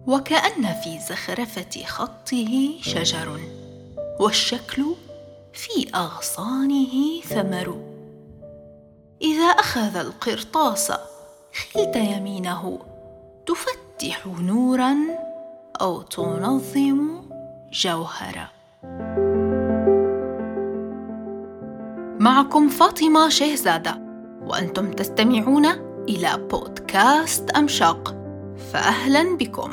وكأن في زخرفة خطه شجر، والشكل في أغصانه ثمر. إذا أخذ القرطاس خلت يمينه، تفتح نوراً أو تنظم جوهرا. معكم فاطمة شهزادة، وأنتم تستمعون إلى بودكاست أمشاق، فأهلاً بكم.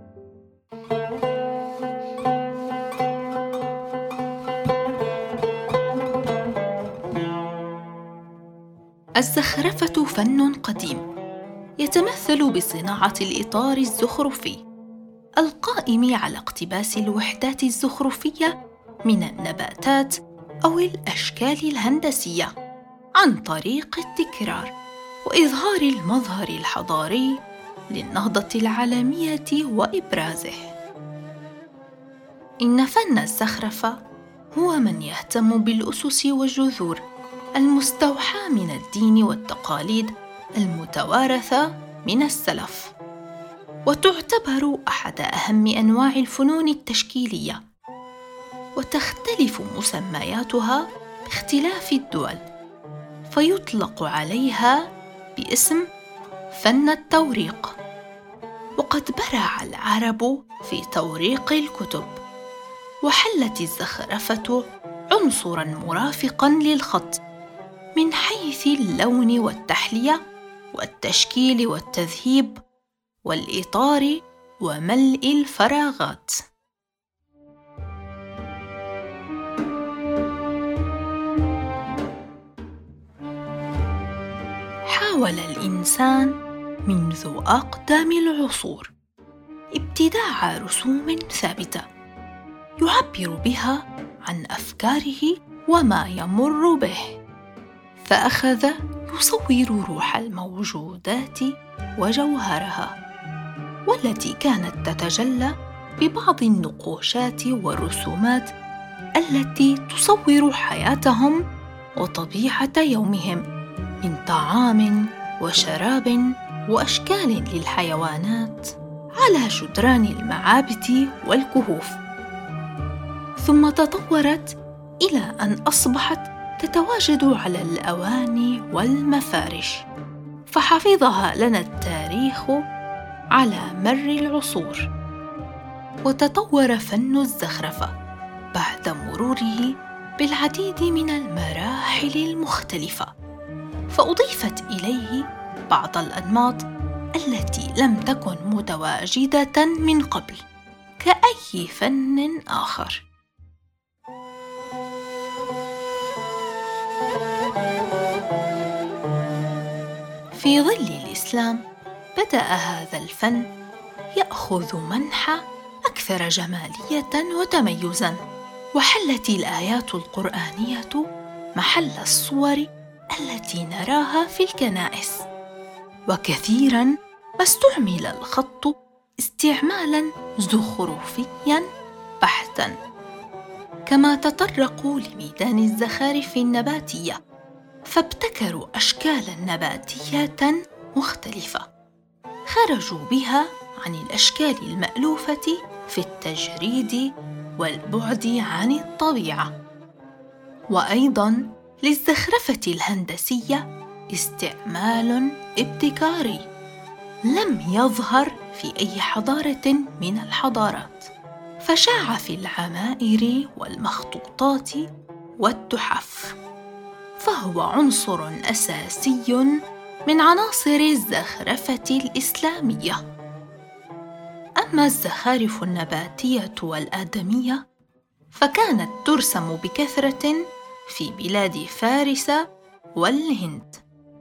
الزخرفة فن قديم يتمثل بصناعة الإطار الزخرفي القائم على اقتباس الوحدات الزخرفية من النباتات أو الأشكال الهندسية عن طريق التكرار، وإظهار المظهر الحضاري للنهضة العالمية وإبرازه. إن فن الزخرفة هو من يهتم بالأسس والجذور المستوحى من الدين والتقاليد المتوارثة من السلف، وتعتبر أحد أهم أنواع الفنون التشكيلية، وتختلف مسمياتها باختلاف الدول، فيطلق عليها باسم فن التوريق. وقد برع العرب في توريق الكتب، وحلت الزخرفة عنصراً مرافقاً للخط من حيث اللون والتحلية والتشكيل والتذهيب والإطار وملء الفراغات. حاول الإنسان منذ أقدم العصور ابتداع رسوم ثابتة يعبر بها عن أفكاره وما يمر به، فأخذ يصور روح الموجودات وجوهرها، والتي كانت تتجلى ببعض النقوشات والرسومات التي تصور حياتهم وطبيعة يومهم من طعام وشراب وأشكال للحيوانات على جدران المعابد والكهوف، ثم تطورت إلى أن أصبحت تتواجد على الأواني والمفارش، فحفظها لنا التاريخ على مر العصور. وتطور فن الزخرفة بعد مروره بالعديد من المراحل المختلفة، فأضيفت إليه بعض الأنماط التي لم تكن متواجدة من قبل كأي فن آخر. في ظل الإسلام بدأ هذا الفن يأخذ منحى أكثر جمالية وتميزاً، وحلت الآيات القرآنية محل الصور التي نراها في الكنائس، وكثيراً ما استعمل الخط استعمالاً زخرفياً بحتاً. كما تطرقوا لميدان الزخارف النباتية، فابتكروا أشكالاً نباتية مختلفة خرجوا بها عن الأشكال المألوفة في التجريد والبعد عن الطبيعة. وأيضاً للزخرفة الهندسية استعمال ابتكاري لم يظهر في أي حضارة من الحضارات، فشاع في العمائر والمخطوطات والتحف، فهو عنصر أساسي من عناصر الزخرفة الإسلامية. أما الزخارف النباتية والآدمية فكانت ترسم بكثرة في بلاد فارس والهند.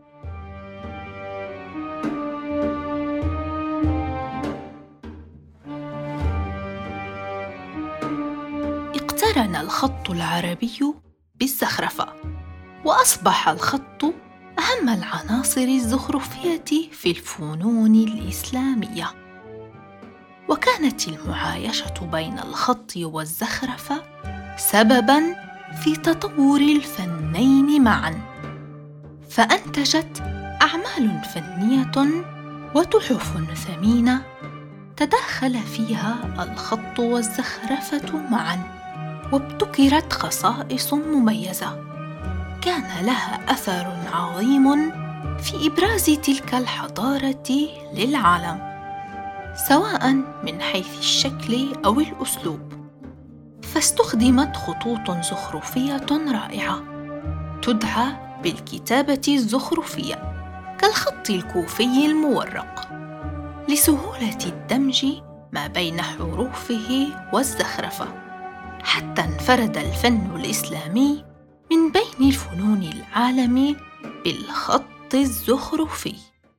اقترن الخط العربي بالزخرفة، وأصبح الخط أهم العناصر الزخرفية في الفنون الإسلامية. وكانت المعايشة بين الخط والزخرفة سبباً في تطور الفنين معاً، فأنتجت أعمال فنية وتحف ثمينة تداخل فيها الخط والزخرفة معاً، وابتكرت خصائص مميزة كان لها أثر عظيم في إبراز تلك الحضارة للعالم، سواء من حيث الشكل أو الأسلوب. فاستخدمت خطوط زخرفية رائعة تدعى بالكتابة الزخرفية كالخط الكوفي المورق لسهولة الدمج ما بين حروفه والزخرفة، حتى انفرد الفن الإسلامي من بين الفنون العالم بالخط الزخرفي.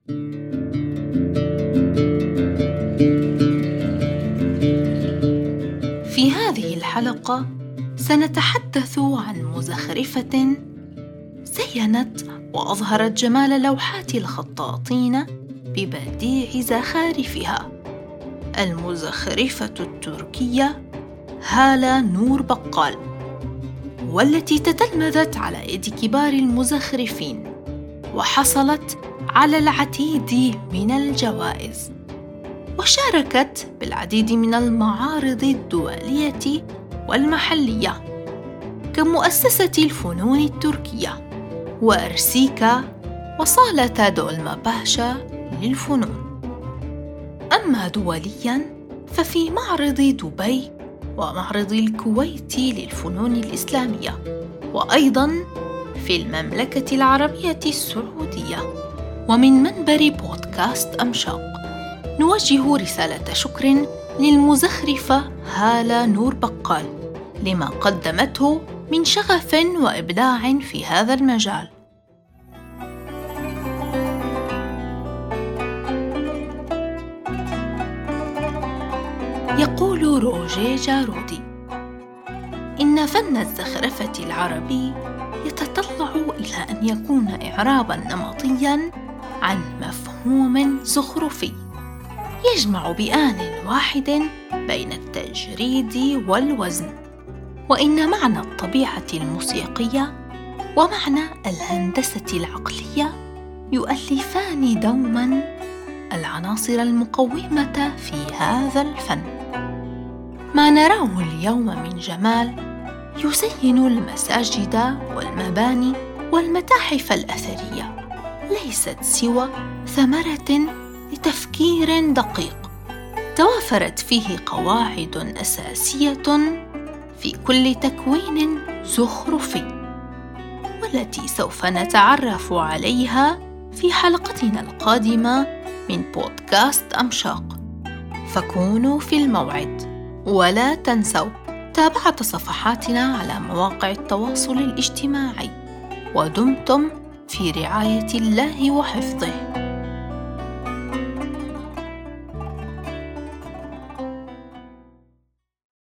في هذه الحلقة سنتحدث عن مزخرفة زينت وأظهرت جمال لوحات الخطاطين ببديع زخارفها، المزخرفة التركية هالة نور بقال، والتي تتلمذت على يد كبار المزخرفين وحصلت على العديد من الجوائز، وشاركت بالعديد من المعارض الدولية والمحلية كمؤسسة الفنون التركية وأرسيكا وصالة دولماباشا للفنون. أما دولياً ففي معرض دبي ومعرض الكويت للفنون الإسلامية، وأيضاً في المملكة العربية السعودية. ومن منبر بودكاست أمشاق نوجه رسالة شكر للمزخرفة هالة نور بقال لما قدمته من شغف وإبداع في هذا المجال. يقول روجيه جارودي: إن فن الزخرفة العربي يتطلع إلى أن يكون إعراباً نمطياً عن مفهوم زخرفي يجمع بآن واحد بين التجريد والوزن، وإن معنى الطبيعة الموسيقية ومعنى الهندسة العقلية يؤلفان دوماً العناصر المقومة في هذا الفن. ما نراه اليوم من جمال يزين المساجد والمباني والمتاحف الأثرية ليست سوى ثمرة لتفكير دقيق توافرت فيه قواعد أساسية في كل تكوين زخرفي، والتي سوف نتعرف عليها في حلقتنا القادمة من بودكاست أمشاق. فكونوا في الموعد، ولا تنسوا متابعة صفحاتنا على مواقع التواصل الاجتماعي، ودمتم في رعاية الله وحفظه.